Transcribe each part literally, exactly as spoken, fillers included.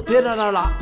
テラララ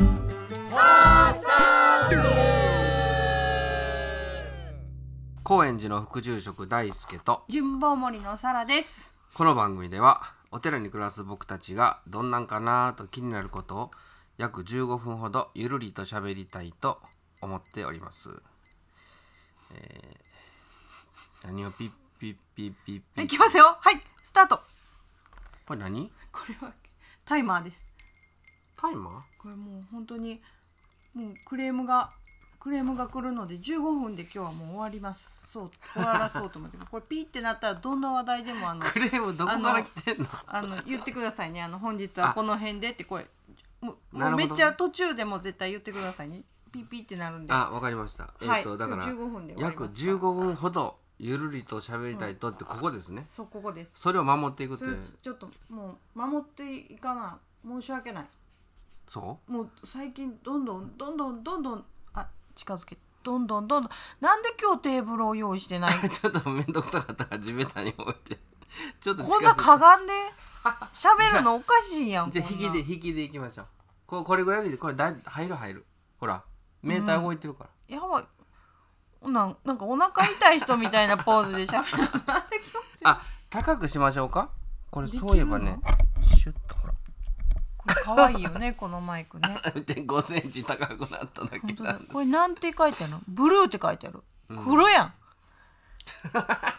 高円寺の副住職大輔と純棒森のサラです。 この番組ではお寺に暮らす僕たちがどんなんかなと気になることを約じゅうごふんほどゆるりと喋りたいと思っております。えー、何をピッピッピッピッピッいきますよ。はい、スタート。 これ何？ これはタイマーです。 タイマー？ これもう本当にもうクレームがクレームが来るのでじゅうごふんで今日はもう終わります。そう終わらそうと思ってこれピーってなったらどんな話題でもあのクレームどこから来てんの？ あの言ってくださいね。あの本日はこの辺でってこれもうなるほどめっちゃ途中でも絶対言ってくださいね。ピーピーってなるんで。 あ、わかりました。えっ、 はい、 とだからじゅうごふんで終わります約じゅうごふんほどゆるりと喋りたいとってここですね、 うん、そうここです。 それを守っていくってそれちょっともう守っていかな申し訳ない。 そうもう最近どんどんどんどんどんどんあ近づけどんどんどんどんなんで今日テーブルを用意してないちょっとめんどくさかったから地べたに置いてちょっと近づいてこんなかがんで喋るのおかしいやん。 じゃあ引きで引きでいきましょう。ここれぐらいでこれだい入る入るほらメーター動いてるから、 うん、やばいなんなんかお腹痛い人みたいなポーズで喋るあ、高くしましょうか。これそういえばねシュッとほらこれかわいいよねこのマイクねごセンチ高くなっただけ本当だ。 なんでこれなんて書いてあるの？ブルーって書いてある、うん、黒やんブル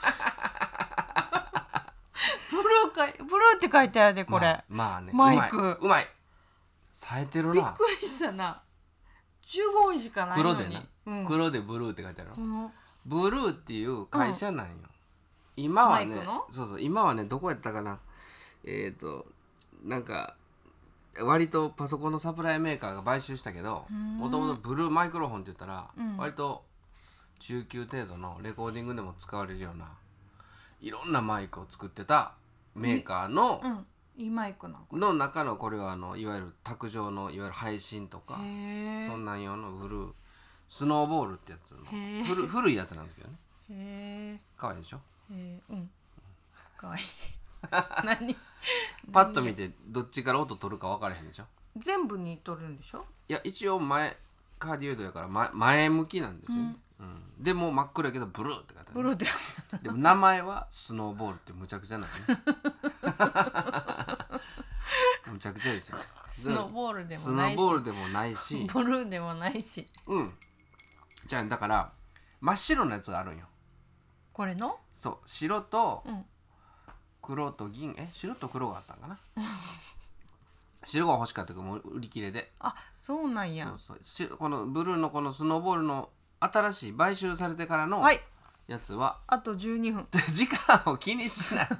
ーかブルーって書いてあるでこれ、 まあ、まあねマイクうまい、うまい冴えてるな。 びっくりしたな。じゅうごふんしかないのに黒でな、 うん、 黒でブルーって書いてあるの、 うん、 ブルーっていう会社なんよ、うん、今はねマイクのそうそう今はねどこやったかなえっ、ー、となんか割とパソコンのサプライメーカーが買収したけどもともとブルーマイクロフォンって言ったら、うん、割と中級程度のレコーディングでも使われるようないろんなマイクを作ってたメーカーの、 うん、いいマイクなの中のこれはあのいわゆる卓上のいわゆる配信とかそんなん用のブルースノーボールってやつの古, 古いやつなんですけどね。 へかわいいでしょ。 へうんかわいい何パッと見てどっちから音取るか分からへんでしょ。 全部に取るんでしょ。 いや一応前カーディオイドやから 前, 前向きなんですよね、うんうん、でも真っ黒やけどブルーって書いてある。 ブルーってでも名前はスノーボールってむちゃくちゃなのねむちゃくちゃですよ。 スノーボールでもないしスノーボールでもないしブルーでもないしうんじゃあだから真っ白なやつがあるんよこれの。 そう白とうん黒と銀え白と黒があったんかな白が欲しかったけどもう売り切れで。 あそうなんや。 そうそうこのブルーのこのスノーボールの新しい買収されてからのやつは、はい、 あとじゅうにふん時間を気にしない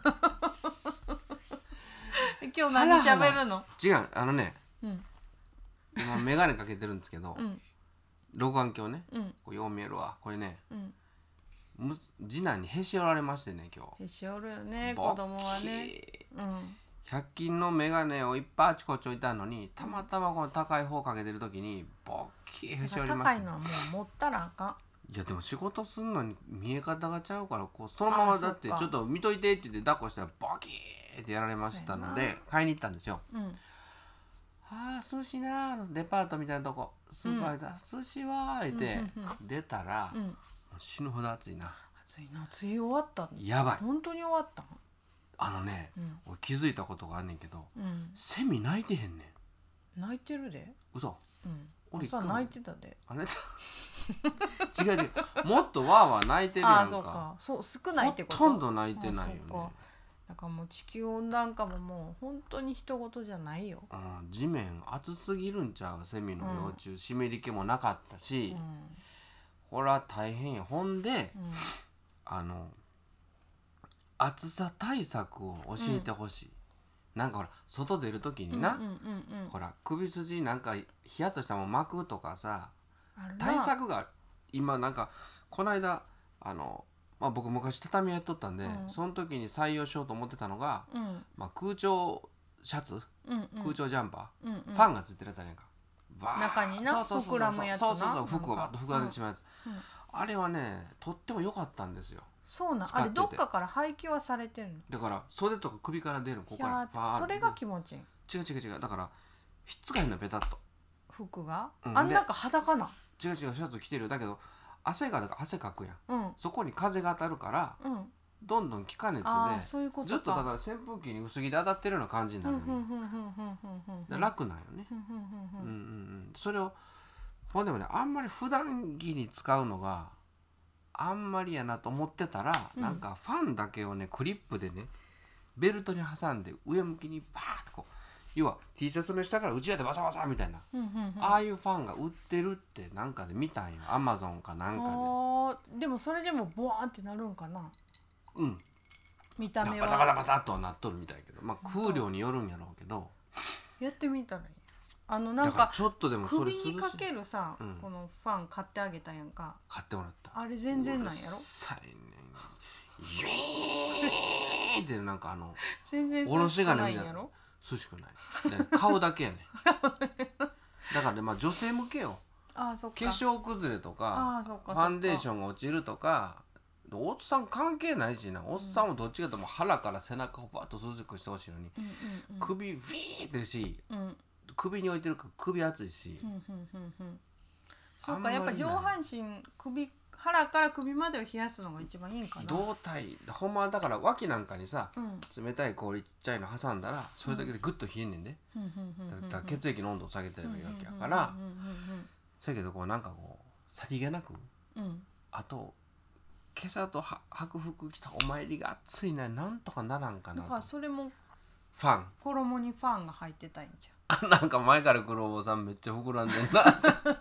今日何喋るの。 違うあのね、 うん、 今メガネかけてるんですけど、 うん、 老眼鏡ね、うん、これよう見えるわこれね、うん、次男にへし折られましてね今日。 へし折るよね子供はね、うん、 ひゃく均のメガネをいっぱいあちこち置いたのにたまたまこの高い方かけてる時にボッキーへし折りました。 高いのはもう持ったらあかん。 いやでも仕事すんのに見え方がちゃうからこうそのままだってちょっと見といてって言って抱っこしたらボキーってやられましたので買いに行ったんですよ、うん、あー寿司なーデパートみたいなとこスーパーで、うん、寿司はーって出たら、うん、死ぬほど暑いな。 暑いな。暑い終わったやばい本当に終わった。 あのね、うん、俺気づいたことがあんねんけど、うん、セミ鳴いてへんねん。鳴いてるで。 嘘、 うん、俺朝鳴いてたで。 あれ違う違うもっとワーワー泣いてるやんか。 あそうかそう少ないってこと。 ほとんど泣いてないよね。 だからもう地球温暖化ももう本当に人事じゃないよ、 うん、地面暑すぎるんちゃう。セミの幼虫、うん、湿り気もなかったし、うん、これは大変よ。ほんで、うん、あの暑さ対策を教えてほしい、うん、なんかほら外出る時にな、うんうんうんうん、ほら首筋なんかヒヤッとしたもん巻くとかさ対策が今なんかこの間あの、まあ、僕昔畳やっとったんで、うん、その時に採用しようと思ってたのが、うんまあ、空調シャツ、うんうん、空調ジャンパー、うんうん、ファンがついてるやつじゃないか中にな膨らむやつな。 そうそうそう服がバッと膨らんでしまうやつ、うんうん、あれはねとっても良かったんですよ。 そうなんあれどっかから廃棄はされてるの。 だから袖とか首から出るここからそれが気持ちいい。 違う違う違うだからひっつかへんのペタッと。 服が、 うん、 あんなんか裸な。 違う違うシャツ着てるよ。だけど汗がだから汗かくやん、 うん、 そこに風が当たるから、 うん、 どんどん気化熱でそういうことか、 ずっとだから扇風機に薄着で当たってるような感じになるの。楽なんよね。うんうんうん。それをほんでもね、あんまり普段着に使うのがあんまりやなと思ってたら、うん、なんかファンだけをねクリップでねベルトに挟んで上向きにバーッとこう、要は T シャツの下から内側でバサバサみたいな、うんうんうん、ああいうファンが売ってるってなんかで見たんよ、アマゾンかなんかで。 あでもそれでもボワーンってなるんかな。 うん、 見た目はバタバタバタっとはなっとるみたいけど、まあ空量によるんやろうけど、 やってみたらいい。あのなんかちょっとでもそれ首にかけるさ、 うん、 このファン買ってあげたやんか。 買ってもらった。 あれ全然なんやろ。 うるさいね。ジューンってなんかあの全然おろし金みたいな。 やろ。 涼しくない。顔だけやね。だからね、まあ女性向けよ。 ああそっか。 化粧崩れとか、 あそっかそっか、 ファンデーションが落ちるとか。おっさん関係ないしな、おっさんはどっちかというと腹から背中をバッと涼しくしてほしいのに、うんうんうん、首フィーってるし、うん、首に置いてるから首熱いし、うんうんうんうん、 そうか、やっぱ上半身首腹から首までを冷やすのが一番いいんかな。 胴体ほんまだから脇なんかにさ、うん、冷たい氷ちっちゃいの挟んだらそれだけでグッと冷えんねんで、うん、だから血液の温度を下げてればいいわけやから、そやけどこうなんかこうさりげなく、うん、あと今朝と白服着たお参りが暑いな、なんとかならんかなと。 だからそれもファン衣にファンが入ってたいんじゃん。なんか前から来るお坊さんめっちゃ膨らんでんな。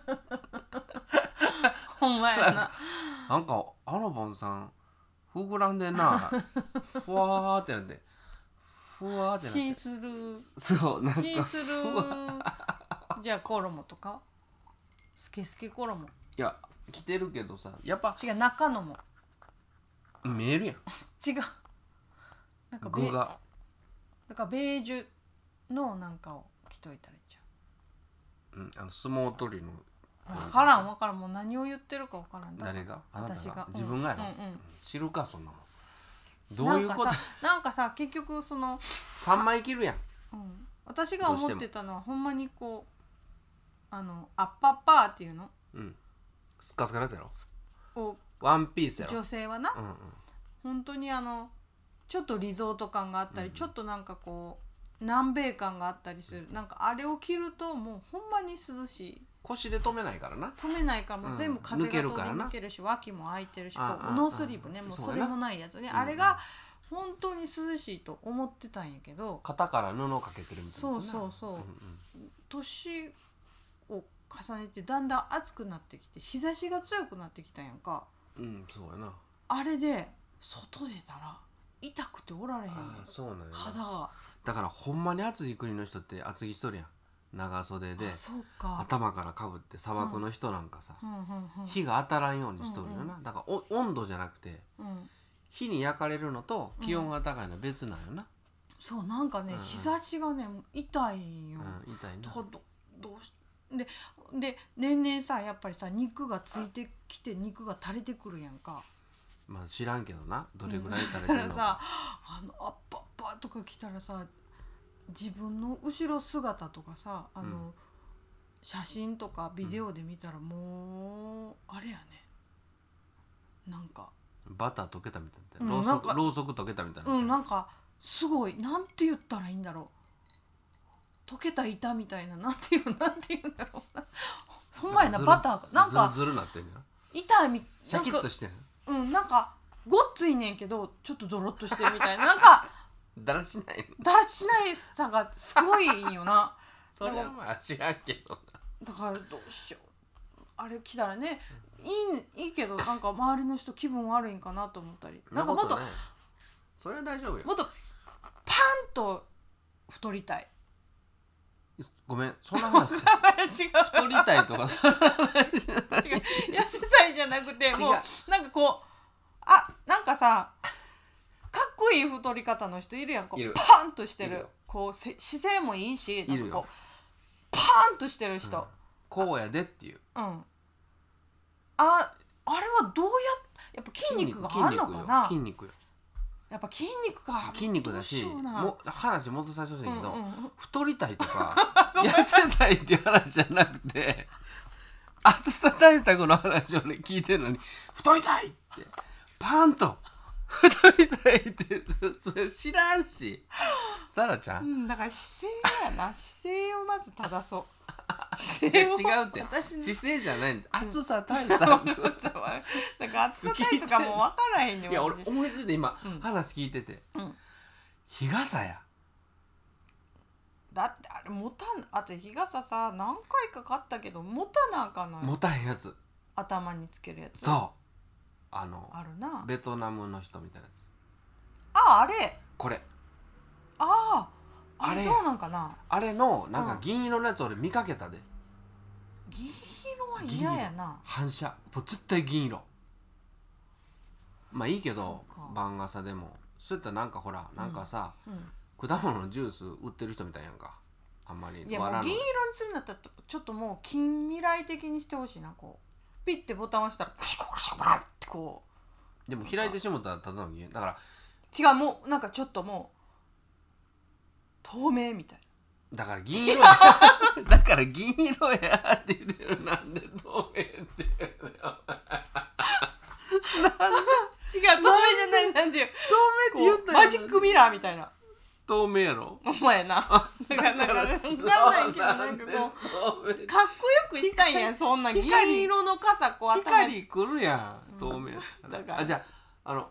ほんまやな。 なんかあの坊さん膨らんでんな。ふわーってなってふわーってなってシースルーそうなんかシースルーじゃあ衣とかスケスケ衣。 いや着てるけどさ、やっぱ違う、中のも見えるやん。 違う、なんか具がだからベージュのなんかを着といたらいいじゃん。うん、あの相撲取りの分からん分からん、もう何を言ってるか分からん。 誰があなたが私が自分がやろ、 うんうん、 知るかそんなもん。どういうこと。 なんかさ、なんかさ結局そのさんまい着るやん、 うん、私が思ってたのはほんまにこうあのアッパッパーっていうの、 うん、スカスカのやつやろ、 をワンピースやろ女性はな、うんうん、本当にあのちょっとリゾート感があったり、うん、ちょっとなんかこう南米感があったりする、なんかあれを着るともうほんまに涼しい。 腰で止めないからな、 止めないからもう全部風が通り抜けるし、脇も開いてるし、こうノースリーブね、もうそれもないやつね、あれが本当に涼しいと思ってたんやけど、 肩から布をかけてるみたいな。 そうそうそう、うんうん、年を重ねてだんだん暑くなってきて日差しが強くなってきたやんか。 うん、そうやな。 あれで外出たら痛くておられへん。 ああそうなんやな。 肌がだからほんまに暑い国の人って厚着しとるやん、長袖で。 そうか、 頭からかぶって。砂漠の人なんかさ、 うんうんうんうん、 火が当たらんようにしとるよな、うんうん、だからお温度じゃなくて、うん、火に焼かれるのと気温が高いのは別なんよな、うん、 そうなんかね、うんうん、日差しがね痛いんよ、 うん、痛いな。 どどうしでで年々さやっぱりさ肉がついてきて肉が垂れてくるやんか。 まあ知らんけどな、どれぐらい垂れてるのか、 うん、そしたらさあのアッパッパとか来たらさ自分の後ろ姿とかさあの、うん、写真とかビデオで見たらもう、うん、あれやね、なんかバター溶けたみたいな、うん、ろうそくろうそく溶けたみたいな、 うん、なんかすごいなんて言ったらいいんだろう、溶けた板みたいな、なんていうなんて言うんだろうなそんまやな、バターがなんかズルズルなってんや、 板みシャキッとしてん、 うん、なんかごっついねんけどちょっとドロッとしてるみたいな、なんかだらしないだらしないさがすごいんよなそれはまあ知らんけどな。 だからどうしよう、あれ来たらねいい、いいけどなんか周りの人気分悪いんかなと思ったり、なんかもっと、 それは大丈夫よ、 もっとパンと太りたい。 ごめんそんな話違う太りたいとかそんな話じゃない、 違う痩せたいじゃなくて、もうなんかこうあなんかさかっこいい太り方の人いるやん、こうパンとしてる、こう姿勢もいいし、なんかこうパンとしてる人、うん、 こうやでっていう、 うん、ああれはどうややっぱ筋肉があるのかな。 筋肉よ、 やっぱ筋肉か。 筋肉だし、も話戻させてほしいけど、 うんうんうん、 太りたいとか痩せたいっていう話じゃなくて暑さ対策の話をね聞いてるのに太りたいってパーンと太りたいってそれ知らんしサラちゃん、 うん、だから姿勢やな姿勢をまず正そう姿勢違うって姿勢じゃないんだ、暑さ対策だから暑さ対策かもう分からへんねん。 いや俺思いついて今、 うん、 話聞いてて、 うん、 日傘やだってあれ持たんあって日傘さ何回か買ったけど持たなあかんのよ。 持たへんやつ頭につけるやつ。 そうあのあるなベトナムの人みたいなやつ。 ああれこれあああれどうなんかな。 あれのなんか銀色のやつ俺見かけたで、うん、 銀色は嫌やな。 反射もう絶対銀色。まあいいけど番傘でもそういったらなんかほらなんかさ、うんうん、果物のジュース売ってる人みたいやんか。あんまりいやもう銀色にするんだったらちょっともう近未来的にしてほしいな。こうピッてボタン押したらクシュクシュクシュってこうでも開いてしもたらただの銀だから違うもうなんかちょっともう透明みたいな。だから銀色やだから銀色やって言ってる。なんで透明って言うのよ違う透明じゃない。なんでよ透明って言ったらマジックミラーみたいな透明やろお前な。だからなんかなんないけどなんかこうかっこよくしたいやん。そんな銀色の傘こう頭に光来るやん透明、 うん、だからあじゃああの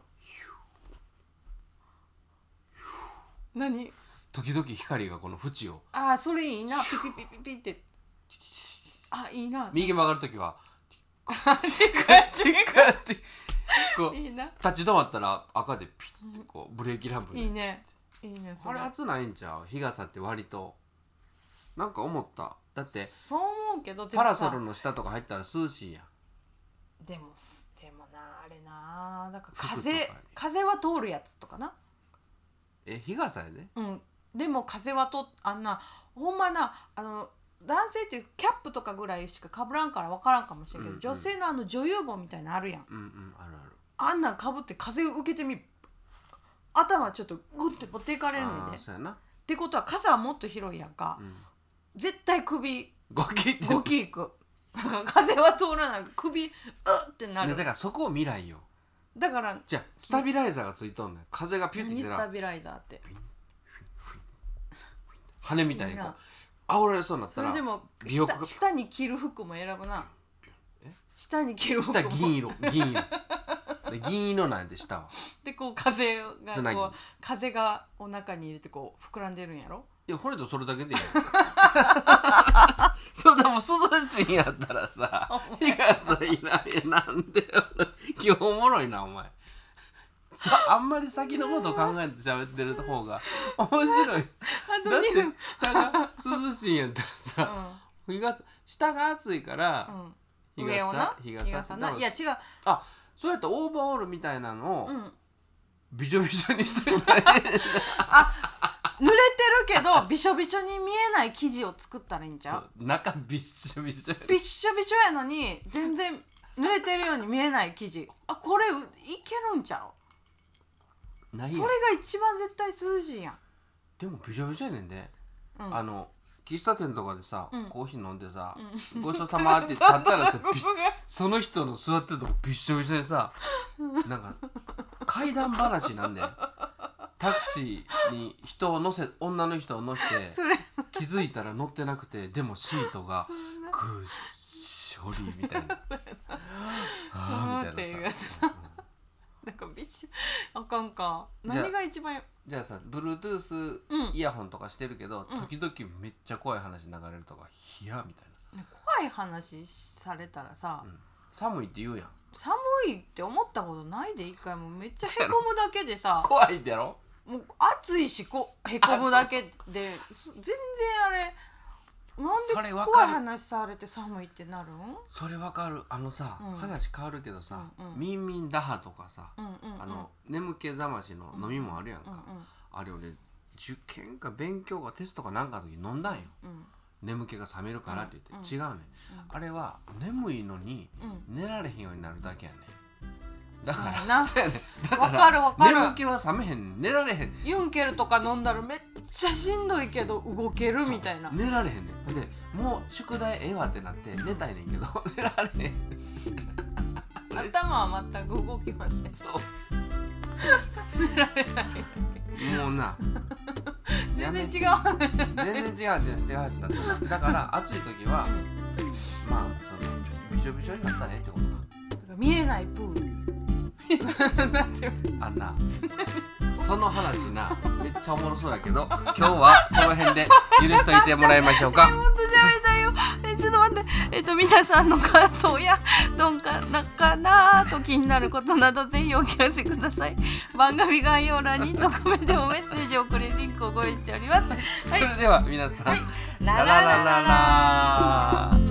何時々光がこの縁をああそれいいな。ピピピピピってあいいな。 右曲がるときはチッカチッカってこういいな。 立ち止まったら赤でピッてこうブレーキランプにいいねいいね。 それあれ暑ないんちゃう日傘って割となんか思った。だってそう思うけどパラソルの下とか入ったら涼しいやん。 でもでもなあれなだから風風は通るやつとかな。 え日傘やで。 うんでも風はとあんなほんまなあの男性ってキャップとかぐらいしかかぶらんから分からんかもしれんけど、うんうん、女性のあの女優帽みたいなのあるやん、 うんうん、あるある。 あんなんかぶって風を受けてみ頭ちょっとグッて持っていかれるんで。 そうやな。 ってことは傘はもっと広いやんか、うん、絶対首ゴキってゴキいく風は通らない首うってなる、 ね、だからそこを未来よ。 だからじゃあスタビライザーがついとんねん。風がピュッてきたら何スタビライザーって羽みたいにこう煽られそうになったら。 それでも 下, 下に着る服も選ぶな。え下に着る服も下銀色銀色で銀色なんで下はでこう風がこう風がお腹に入れてこう膨らんでるんやろ。 いやこれとそれだけでいいそうだもう涼しいんやったらさ日傘いないなんで今日おもろいなお前あんまり先のことを考えて喋ってる方が面白い。だって下が涼しいんやったらさ、うん、日が下が暑いから、 うん、日傘日傘日傘ないや違うあそうやったらオーバーオールみたいなのを、うん、びしょびしょにしてるあ濡れてるけどびしょびしょに見えない生地を作ったらいいんちゃう。 そう中びっしょびしょびっしょびしょやのに全然濡れてるように見えない生地あこれいけるんちゃう。それが一番絶対涼しいやん。 でもびしょびしょやねんで、うん、あの喫茶店とかでさ、うん、コーヒー飲んでさ、うん、ごちそうさまって立ったらさその人の座ってるとこびっしょびしょでさなんか怪談話なんでタクシーに人を乗せ女の人を乗せて気づいたら乗ってなくてでもシートがぐっしょりみたいなあーみたいなさなんかびっしょあかんか。何が一番じゃあさ Bluetooth イヤホンとかしてるけど、うん、時々めっちゃ怖い話流れるとかヒヤみたいな、 ね、怖い話されたらさ、うん、 寒いって言うやん。寒いって思ったことないで一回もめっちゃへこむだけでさ怖いってやろ。 もう暑いしこへこむだけで全然あれなんで怖い話されて寒いってなるん。 それわかる。あのさ、うん、話変わるけどさ、うんうん、ミンミンダハとかさ、うんうんうん、あの眠気覚ましの飲み物あるやんか、うんうんうん、あれ俺受験か勉強かテストかなんかの時飲んだんよ、うん、眠気が覚めるからって言って、うんうん、違うね、うん、あれは眠いのに寝られへんようになるだけやねん。 だかそうやらなそうやねだからわかるわかる眠気は覚めへん寝られへんユンケルとか飲んだらめっちゃしんどいけど動けるみたいな。 寝られへんねん。でもう宿題ええわってなって寝たいねんけど寝られへん頭は全く動きません。 そう寝られないもうな全然違う全然違う違う違う話だっただから暑い時はまあそのびしょびしょになったらええってことか。 見えないプールなんていうあんなその話なめっちゃおもろそうやけど今日はこの辺で許しといてもらいましょうか。 もっと喋りたいよ。えちょっと待ってえっと皆さんの感想やどんかなかなと気になることなどぜひお聞かせください。番組概要欄に匿名でもメッセージを送れるリンクをご用意しております。はい、 それでは皆さん、 はい、 ラララララ